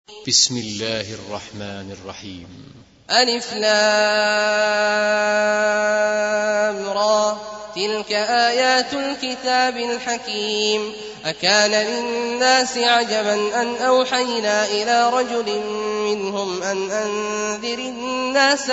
بسم الله الرحمن الرحيم. ألف لام را تلك آيات الكتاب الحكيم. أكان للناس عجبا أن أوحينا إلى رجل منهم أن أنذر الناس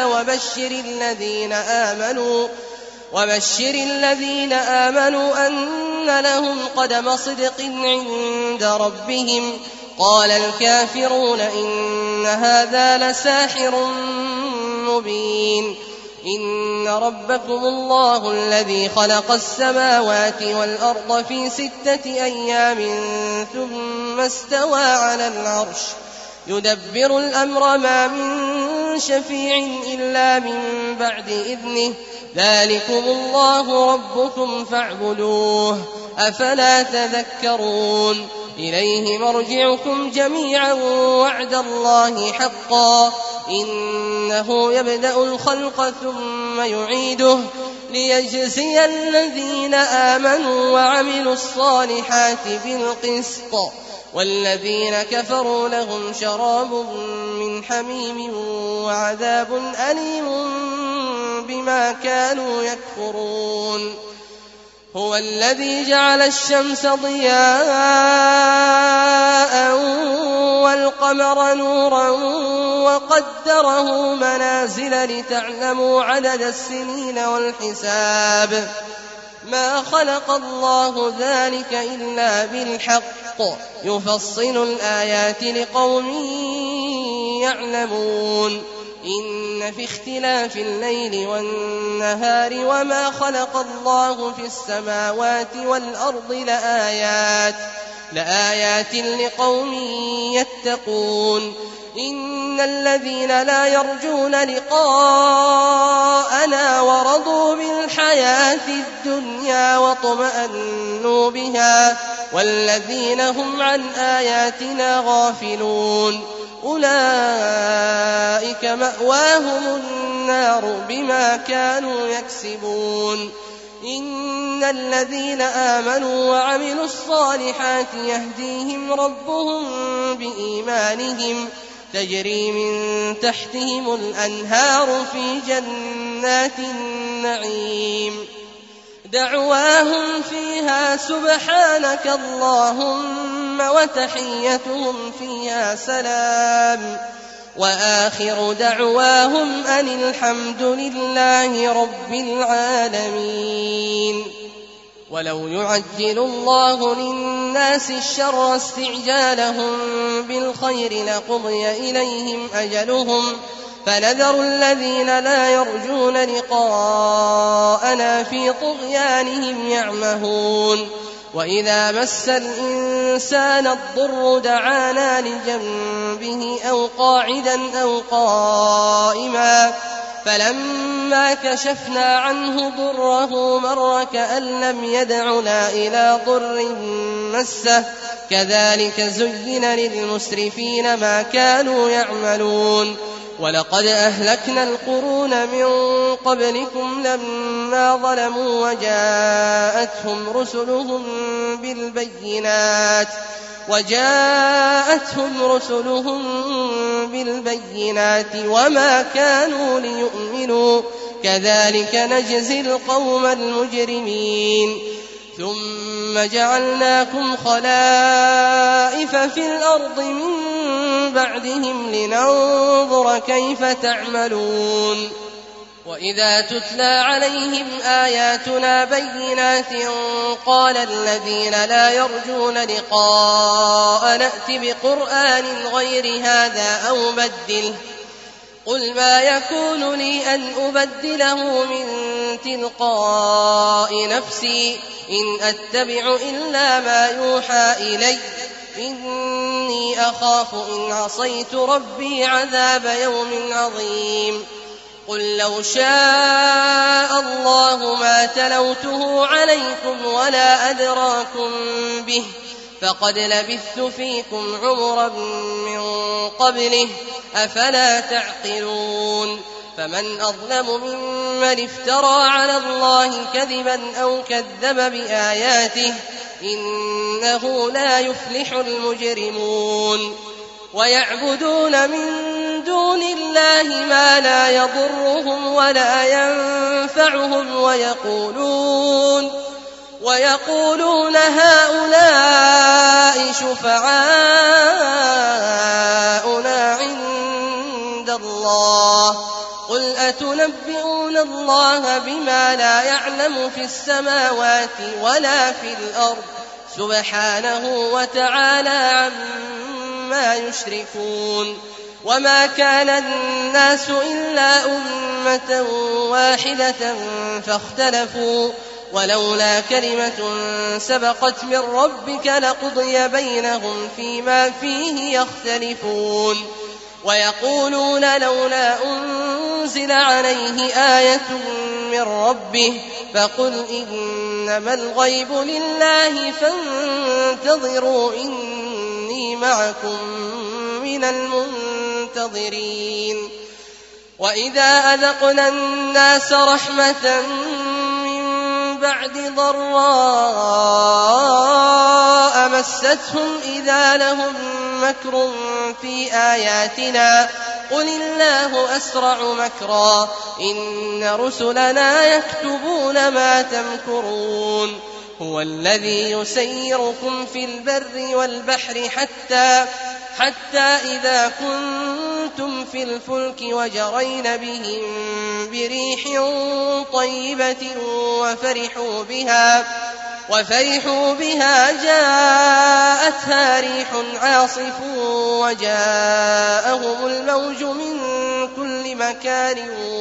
وبشر الذين آمنوا أن لهم قدم صدق عند ربهم. قال الكافرون إن هذا لساحر مبين. إن ربكم الله الذي خلق السماوات والأرض في 6 أيام ثم استوى على العرش يدبر الأمر ما من شفيع إلا من بعد إذنه. ذلكم الله ربكم فاعبدوه أفلا تذكرون. إليه مرجعكم جميعا وعد الله حقا إنه يبدأ الخلق ثم يعيده ليجزي الذين آمنوا وعملوا الصالحات بالقسط والذين كفروا لهم شراب من حميم وعذاب أليم بما كانوا يكفرون. هو الذي جعل الشمس ضياء والقمر نورا وقدره منازل لتعلموا عدد السنين والحساب. ما خلق الله ذلك إلا بالحق يفصل الآيات لقوم يعلمون. إن في اختلاف الليل والنهار وما خلق الله في السماوات والأرض لآيات لقوم يتقون. إن الذين لا يرجون لقاءنا ورضوا بالحياة الدنيا واطمأنوا بها والذين هم عن آياتنا غافلون أولئك مأواهم النار بما كانوا يكسبون. إن الذين آمنوا وعملوا الصالحات يهديهم ربهم بإيمانهم تجري من تحتهم الأنهار في جنات النعيم دعواهم فيها سبحانك اللهم وتحيتهم فيها سلام وآخر دعواهم أن الحمد لله رب العالمين. ولو يعجل الله للناس الشر استعجالهم بالخير لقضي إليهم أجلهم فنذر الذين لا يرجون لقاءنا في طغيانهم يعمهون. وإذا مس الإنسان الضر دعانا لجنبه أو قاعدا أو قائما فلما كشفنا عنه ضره مر كأن لم يدعنا إلى ضر مسه كذلك زين للمسرفين ما كانوا يعملون. ولقد أهلكنا القرون من قبلكم لما ظلموا وجاءتهم رسلهم بالبينات وما كانوا ليؤمنوا كذلك نجزي القوم المجرمين. ثم جعلناكم خلائف في الأرض من بعدهم لننظر كيف تعملون. وإذا تتلى عليهم آياتنا بينات قال الذين لا يرجون لقاء نأت بقرآن غير هذا أو بدله قل ما يكون لي أن أبدله من تلقاء نفسي إن أتبع إلا ما يوحى إلي إني أخاف إن عصيت ربي عذاب يوم عظيم. قل لو شاء الله ما تلوته عليكم ولا أدراكم به فقد لبثت فيكم عمرا من قبله أفلا تعقلون. فمن أظلم ممن افترى على الله كذبا أو كذب بآياته إنه لا يفلح المجرمون. ويعبدون من دون الله ما لا يضرهم ولا ينفعهم ويقولون هؤلاء شفعاؤنا عند الله قل أتنبئون الله بما لا يعلم في السماوات ولا في الأرض سبحانه وتعالى عما يشركون وما كان الناس إلا أمة واحدة فاختلفوا ولولا كلمة سبقت من ربك لقضي بينهم فيما فيه يختلفون ويقولون لولا أنزل عليه آية من ربه فقل إنما الغيب لله فانتظروا إني معكم من المنتظرين وإذا أذقنا الناس رحمة من بعد ضراء مستهم إذا لهم مكر في آياتنا قل الله أسرع مكرا إن رسلنا يكتبون ما تمكرون هو الذي يسيركم في البر والبحر حتى إذا كنتم في الفلك وجرين بهم بريح طيبة وفرحوا بها جاءتها ريح عاصف وجاءهم الموج من كل مكان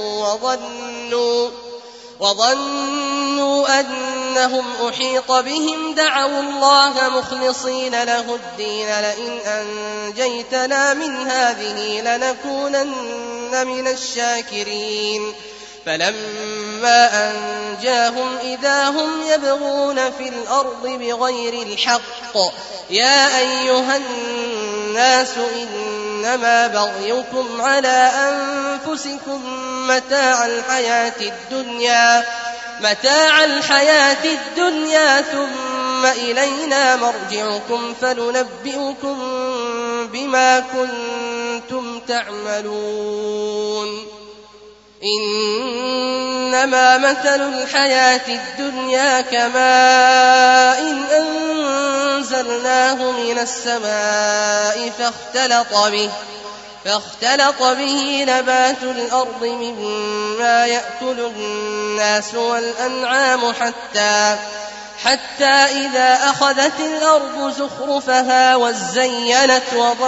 وظنوا أنهم أحيط بهم دعوا الله مخلصين له الدين لئن أنجيتنا من هذه لنكونن من الشاكرين فلما أنجاهم إذا هم يبغون في الأرض بغير الحق يا أيها الناس إنما بغيكم على أنفسكم متاع الحياة الدنيا ثم إلينا مرجعكم فننبئكم بما كنتم تعملون إنما مثل الحياة الدنيا كماء أنزلناه من السماء فاختلط به نبات الأرض مما يأكل الناس والأنعام حتى إذا أخذت الأرض زخرفها وزينت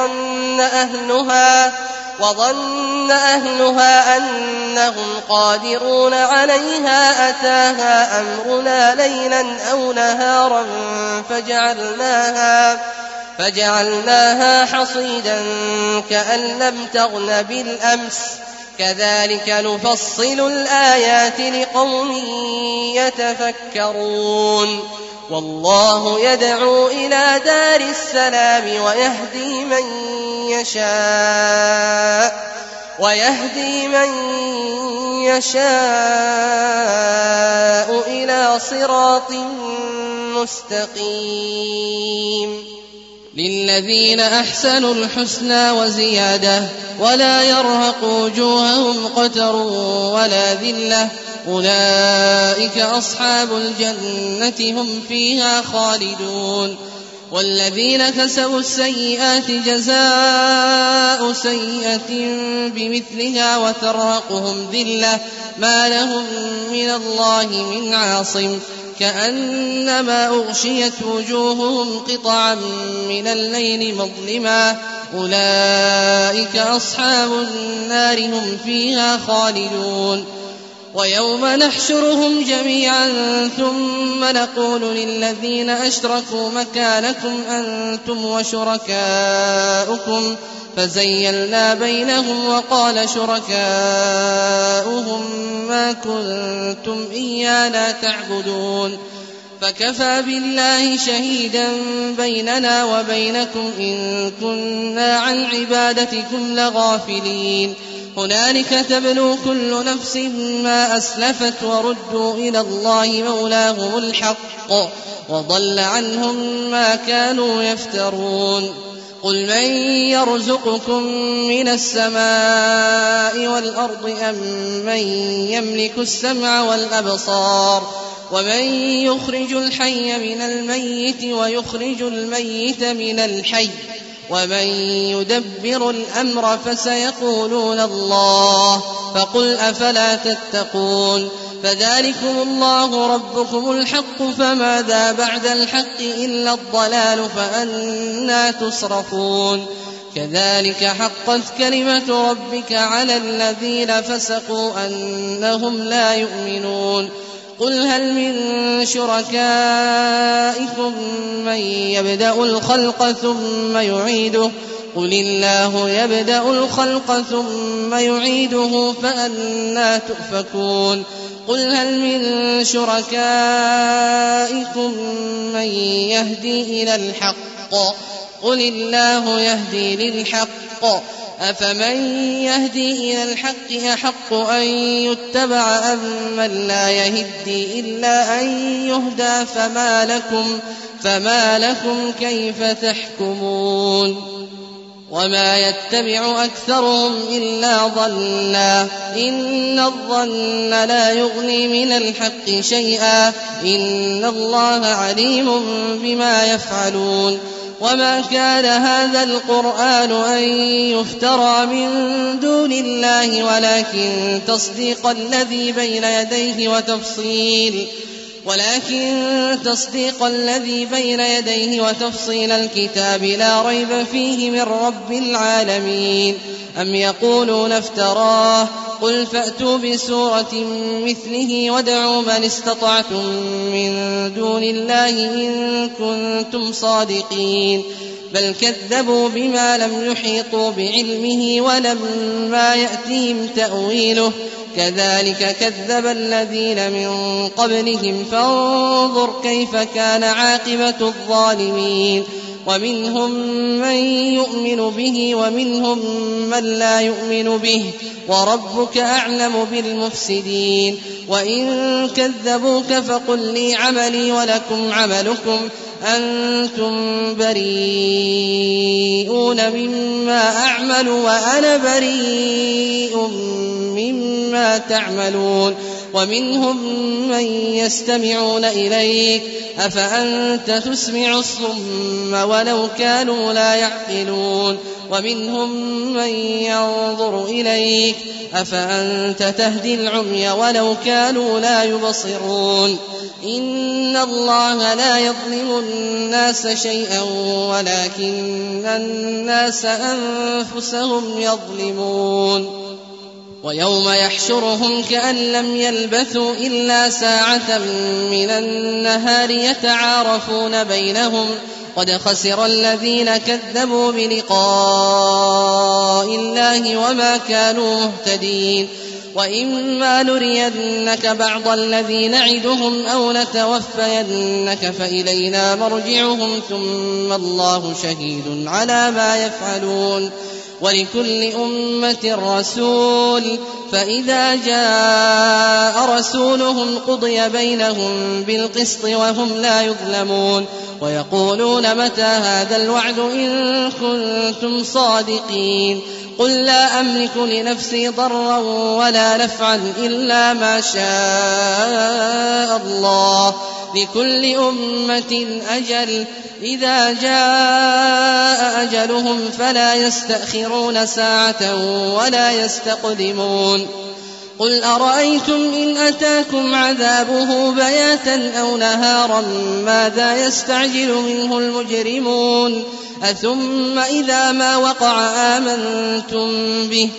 وظن أهلها أنهم قادرون عليها أتاها أمرنا ليلا أو نهارا فجعلناها حصيدا كأن لم تغن بالأمس كذلك نفصل الآيات لقوم يتفكرون والله يدعو إلى دار السلام ويهدي من يشاء إلى صراط مستقيم للذين أحسنوا الحسنى وزيادة ولا يرهق وجوههم قتر ولا ذلة أولئك أصحاب الجنة هم فيها خالدون والذين كسبوا السيئات جزاء سيئة بمثلها وترهقهم ذلة ما لهم من الله من عاصم كأنما أغشيت وجوههم قطعا من الليل مظلما أولئك أصحاب النار هم فيها خالدون ويوم نحشرهم جميعا ثم نقول للذين أشركوا مكانكم أنتم وشركاؤكم فزيلنا بينهم وقال شركاؤهم ما كنتم إيانا تعبدون فكفى بالله شهيدا بيننا وبينكم إن كنا عن عبادتكم لغافلين هنالك تبلو كل نفس ما أسلفت وردوا إلى الله مولاهم الحق وضل عنهم ما كانوا يفترون قل من يرزقكم من السماء والأرض أم من يملك السمع والأبصار ومن يخرج الحي من الميت ويخرج الميت من الحي ومن يدبر الأمر فسيقولون الله فقل أفلا تتقون فذلكم الله ربكم الحق فماذا بعد الحق إلا الضلال فأنى تصرفون كذلك حقت كلمة ربك على الذين فسقوا أنهم لا يؤمنون قل هل من شركائكم من يبدأ الخلق ثم يعيده قل الله يبدأ الخلق ثم يعيده فأنى تؤفكون قل هل من شركائكم من يهدي إلى الحق قل الله يهدي للحق أفمن يهدي إلى الحق أحق أن يتبع أم من لا يهدي إلا أن يهدى فما لكم كيف تحكمون وما يتبع أكثرهم إلا ظنا إن الظن لا يغني من الحق شيئا إن الله عليم بما يفعلون وما كان هذا القرآن أن يفترى من دون الله ولكن تصديق الذي بين يديه وتفصيل الكتاب لا ريب فيه من رب العالمين أم يقولون افتراه قل فأتوا بسورة مثله وادعوا من استطعتم من دون الله إن كنتم صادقين بل كذبوا بما لم يحيطوا بعلمه ولما يأتيهم تأويله كذلك كذب الذين من قبلهم فانظر كيف كان عاقبة الظالمين ومنهم من يؤمن به ومنهم من لا يؤمن به وربك أعلم بالمفسدين وإن كذبوك فقل لي عملي ولكم عملكم أنتم بريئون مما أعمل وأنا بريء مما تعملون ومنهم من يستمعون إليك أفأنت تسمع الصم ولو كانوا لا يعقلون ومنهم من ينظر إليك أفأنت تهدي العمي ولو كانوا لا يبصرون إن الله لا يظلم الناس شيئا ولكن الناس أنفسهم يظلمون ويوم يحشرهم كأن لم يلبثوا إلا ساعة من النهار يتعارفون بينهم قد خسر الذين كذبوا بلقاء الله وما كانوا مهتدين وإما نرينك بعض الذي نعدهم أو نتوفينك فإلينا مرجعهم ثم الله شهيد على ما يفعلون ولكل أمة رسول فإذا جاء رسولهم قضي بينهم بالقسط وهم لا يظلمون ويقولون متى هذا الوعد إن كنتم صادقين قل لا أملك لنفسي ضرا ولا نفعا إلا ما شاء الله لكل أمة أجل إذا جاء أجلهم فلا يستأخرون ساعة ولا يستقدمون قل أرأيتم إن أتاكم عذابه بياتا أو نهارا ماذا يستعجل منه المجرمون أثم إذا ما وقع آمنتم به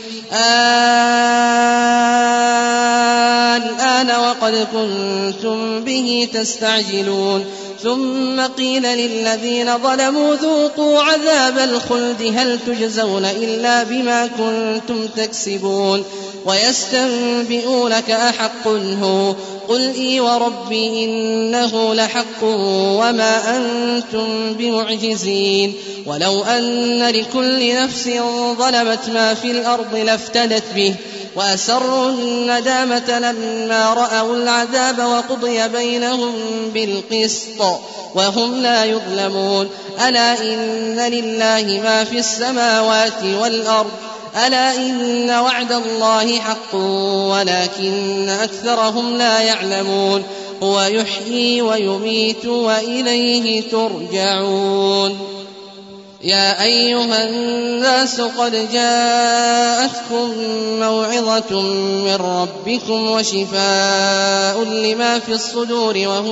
الآن وقد كنتم به تستعجلون ثم قيل للذين ظلموا ذوقوا عذاب الخلد هل تجزون إلا بما كنتم تكسبون ويستنبئونك أحق هو قل إي وربي إنه لحق وما أنتم بمعجزين ولو أن لكل نفس ظلمت ما في الأرض لافتدت به وأسروا الندامة لما رأوا العذاب وقضي بينهم بالقسط وهم لا يظلمون ألا إن لله ما في السماوات والأرض ألا إن وعد الله حق ولكن أكثرهم لا يعلمون هو يحيي ويميت وإليه ترجعون يا أيها الناس قد جاءتكم موعظة من ربكم وشفاء لما في الصدور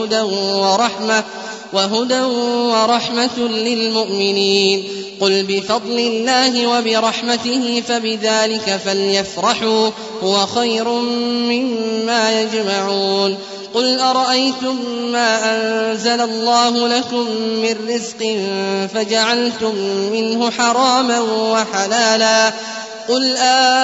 وهدى ورحمة للمؤمنين قل بفضل الله وبرحمته فبذلك فليفرحوا هو خير مما يجمعون قل أرأيتم ما أنزل الله لكم من رزق فجعلتم منه حراما وحلالا قل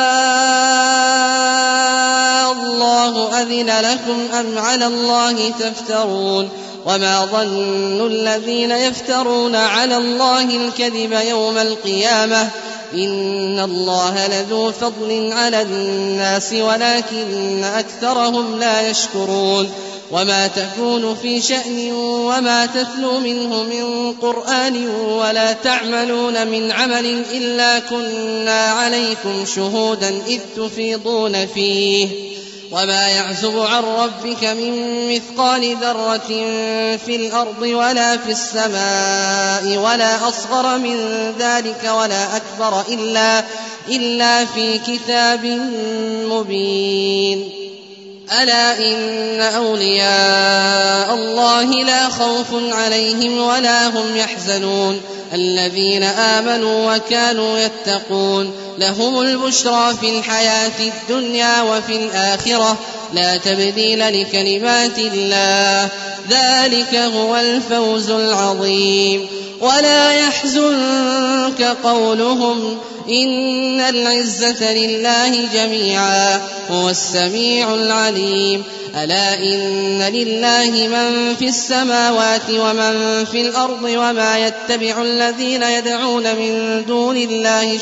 الله أذن لكم أم على الله تفترون وما ظن الذين يفترون على الله الكذب يوم القيامة إن الله لذو فضل على الناس ولكن أكثرهم لا يشكرون وما تكون في شأن وما تتلو منه من قرآن ولا تعملون من عمل إلا كنا عليكم شهودا إذ تفيضون فيه وما يعزب عن ربك من مثقال ذرة في الأرض ولا في السماء ولا أصغر من ذلك ولا أكبر إلا في كتاب مبين ألا إن أولياء الله لا خوف عليهم ولا هم يحزنون الذين آمنوا وكانوا يتقون لهم البشرى في الحياة الدنيا وفي الآخرة لا تبديل لكلمات الله ذلك هو الفوز العظيم ولا يحزنك قولهم إن العزة لله جميعا هو السميع العليم ألا إن لله من في السماوات ومن في الأرض وما يتبع الذين يدعون من دون الله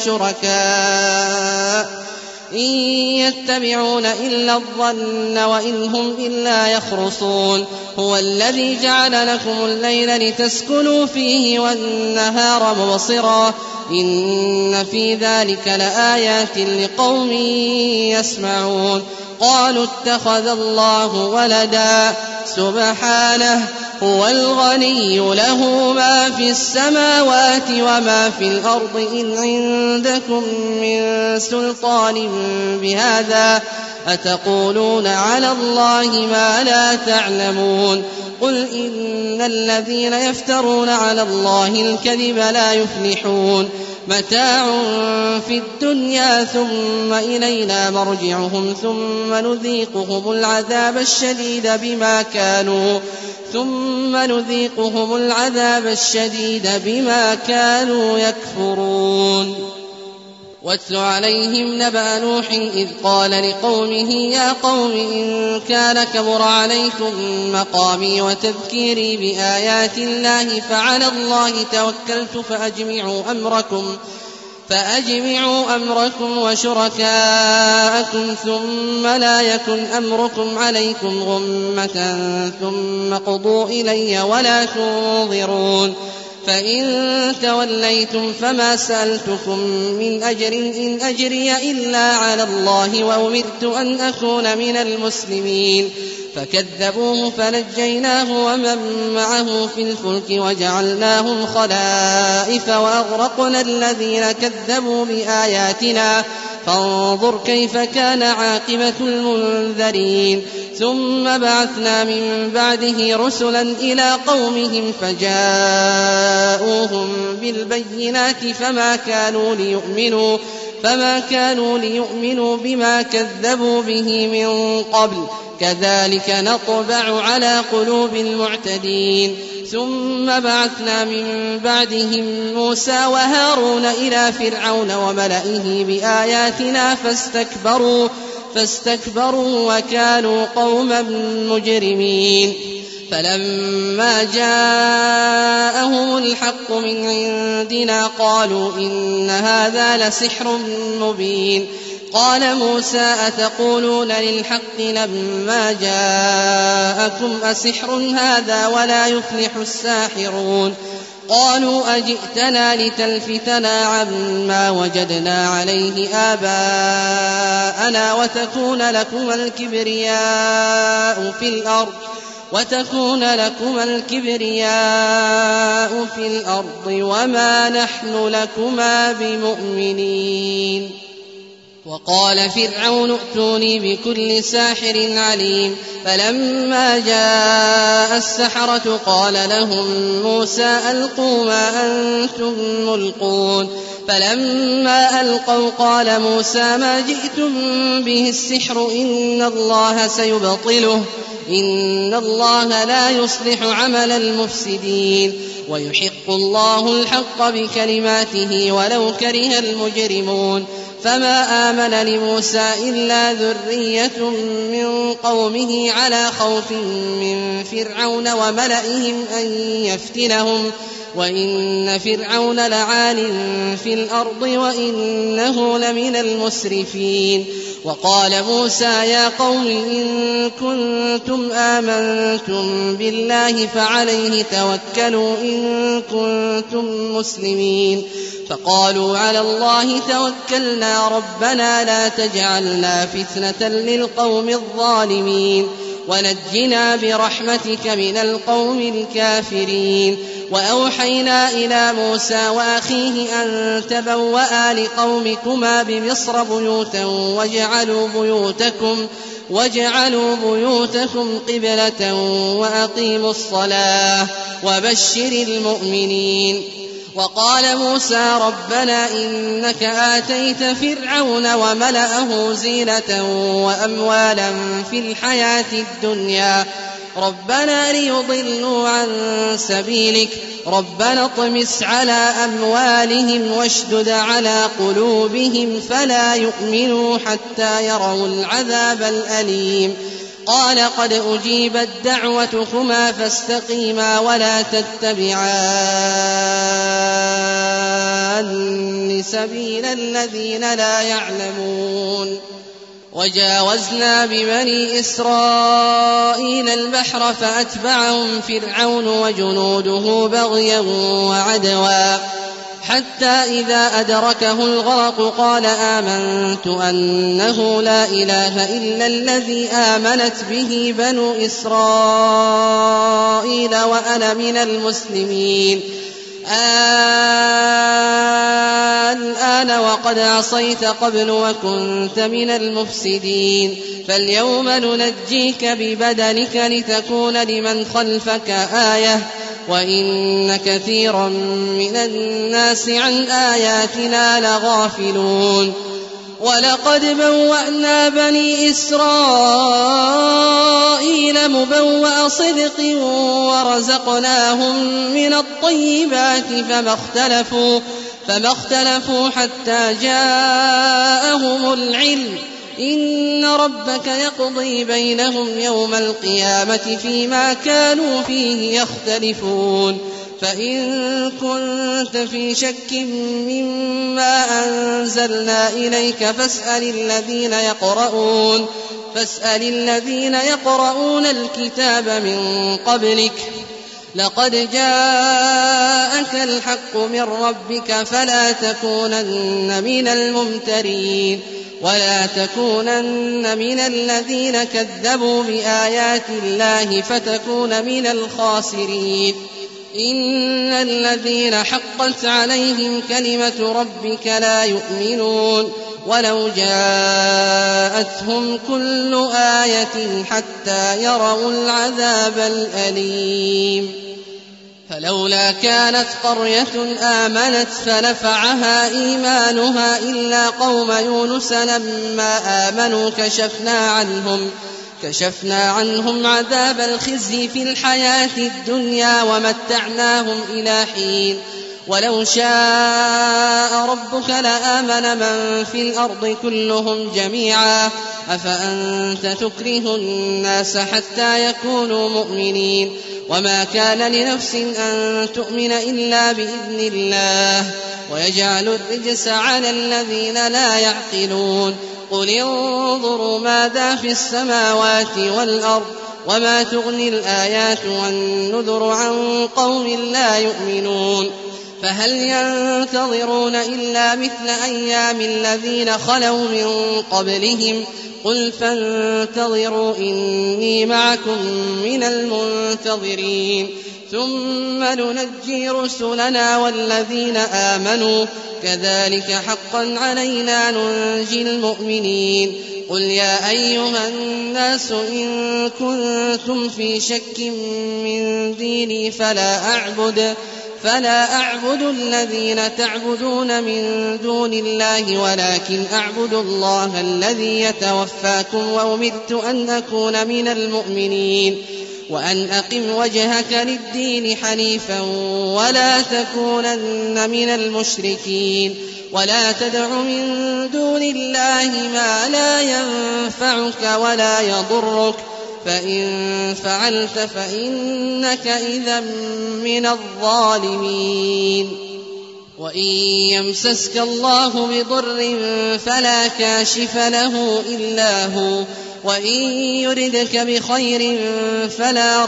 شركاء إن يتبعون إلا الظن وإن هم إلا يخرصون هو الذي جعل لكم الليل لتسكنوا فيه والنهار مبصرا إن في ذلك لآيات لقوم يسمعون قالوا اتخذ الله ولدا سبحانه هو الغني له ما في السماوات وما في الأرض إن عندكم من سلطان بهذا أتقولون على الله ما لا تعلمون قل إن الذين يفترون على الله الكذب لا يفلحون متاع في الدنيا ثم إلينا مرجعهم ثم نذيقهم العذاب الشديد بما كانوا يكفرون واتل عليهم نبأ نوح إذ قال لقومه يا قوم إن كان كبر عليكم مقامي وتذكيري بآيات الله فعلى الله توكلت فأجمعوا أمركم وشركاءكم ثم لا يكن أمركم عليكم غمة ثم قضوا إلي ولا تنظرون فإن توليتم فما سألتكم من أجر إن أجري إلا على الله وأمرت أن أكون من المسلمين فكذبوه فنجيناه ومن معه في الفلك وجعلناهم خلائف وأغرقنا الذين كذبوا بآياتنا فانظر كيف كان عاقبة المنذرين ثم بعثنا من بعده رسلا إلى قومهم فجاءوهم بالبينات فما كانوا ليؤمنوا بما كذبوا به من قبل كذلك نطبع على قلوب المعتدين ثم بعثنا من بعدهم موسى وهارون إلى فرعون وملئه بآياتنا فاستكبروا وكانوا قوما مجرمين. فلما جاءهم الحق من عندنا قالوا إن هذا لسحر مبين. قال موسى أتقولون للحق لما جاءكم أسحر هذا ولا يفلح الساحرون. قالوا أجئتنا لتلفتنا عما وجدنا عليه آباءنا وتكون لكما الكبرياء في الأرض وما نحن لكما بمؤمنين. وقال فرعون ائتوني بكل ساحر عليم. فلما جاء السحرة قال لهم موسى ألقوا ما أنتم ملقون. فلما ألقوا قال موسى ما جئتم به السحر إن الله سيبطله إن الله لا يصلح عمل المفسدين ويحق الله الحق بكلماته ولو كره المجرمون. فما آمن لموسى إلا ذرية من قومه على خوف من فرعون وملئهم أن يفتنهم وإن فرعون لعال في الأرض وإنه لمن المسرفين. وقال موسى يا قوم إن كنتم آمنتم بالله فعليه توكلوا إن كنتم مسلمين. فقالوا على الله توكلنا ربنا لا تجعلنا فتنة للقوم الظالمين ونجنا برحمتك من القوم الكافرين. وأوحينا إلى موسى وأخيه أن تبوأ لقومكما بمصر بيوتا واجعلوا بيوتكم قبلة وأقيموا الصلاة وبشر المؤمنين. وقال موسى ربنا إنك آتيت فرعون وملأه زينة وأموالا في الحياة الدنيا ربنا ليضلوا عن سبيلك ربنا اطمس على أموالهم واشدد على قلوبهم فلا يؤمنوا حتى يروا العذاب الأليم. قال قد أجيبت دعوتكما فاستقيما ولا تتبعان سبيل الذين لا يعلمون. وجاوزنا ببني إسرائيل البحر فأتبعهم فرعون وجنوده بغيا وعدوا حتى إذا أدركه الغرق قال آمنت أنه لا إله إلا الذي آمنت به بنو إسرائيل وأنا من المسلمين. الآن وقد عصيت قبل وكنت من المفسدين فاليوم ننجيك ببدنك لتكون لمن خلفك آية وإن كثيرا من الناس عن آياتنا لغافلون. ولقد بوأنا بني إسرائيل مبوأ صدق ورزقناهم من الطيبات فما اختلفوا حتى جاءهم العلم إن ربك يقضي بينهم يوم القيامة فيما كانوا فيه يختلفون. فإن كنت في شك مما أنزلنا إليك فاسأل الذين يقرؤون الكتاب من قبلك لقد جاءك الحق من ربك فلا تكونن من الممترين ولا تكونن من الذين كذبوا بآيات الله فتكون من الخاسرين. إن الذين حقت عليهم كلمة ربك لا يؤمنون ولو جاءتهم كل آية حتى يروا العذاب الأليم. فلولا كانت قرية آمنت فنفعها إيمانها إلا قوم يونس لما آمنوا كشفنا عنهم عذاب الخزي في الحياة الدنيا ومتعناهم إلى حين. ولو شاء ربك لآمن من في الأرض كلهم جميعا أفأنت تكره الناس حتى يكونوا مؤمنين وما كان لنفس أن تؤمن إلا بإذن الله ويجعل الرجس على الذين لا يعقلون قل انظروا ماذا في السماوات والأرض وما تغني الآيات والنذر عن قوم لا يؤمنون فهل ينتظرون إلا مثل أيام الذين خلوا من قبلهم قل فانتظروا إني معكم من المنتظرين ثم ننجي رسلنا والذين آمنوا كذلك حقا علينا ننجي المؤمنين قل يا أيها الناس إن كنتم في شك من ديني فلا أعبد الذين تعبدون من دون الله ولكن أعبد الله الذي يتوفاكم وأمرت أن أكون من المؤمنين وأن أقم وجهك للدين حنيفا ولا تكونن من المشركين ولا تدع من دون الله ما لا ينفعك ولا يضرك فإن فعلت فإنك إذا من الظالمين وإن يمسسك الله بضر فلا كاشف له إلا هو وإن يردك بخير فلا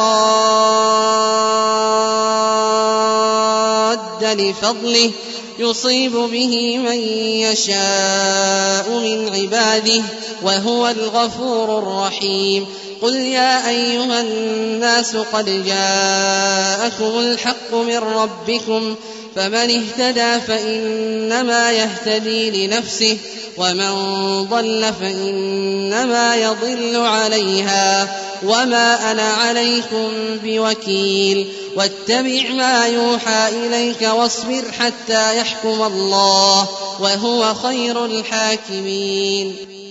راد لفضله يصيب به من يشاء من عباده وهو الغفور الرحيم قل يا أيها الناس قد جاءكم الحق من ربكم فمن اهتدى فإنما يهتدي لنفسه ومن ضل فإنما يضل عليها وما أنا عليكم بوكيل واتبع ما يوحى إليك واصبر حتى يحكم الله وهو خير الحاكمين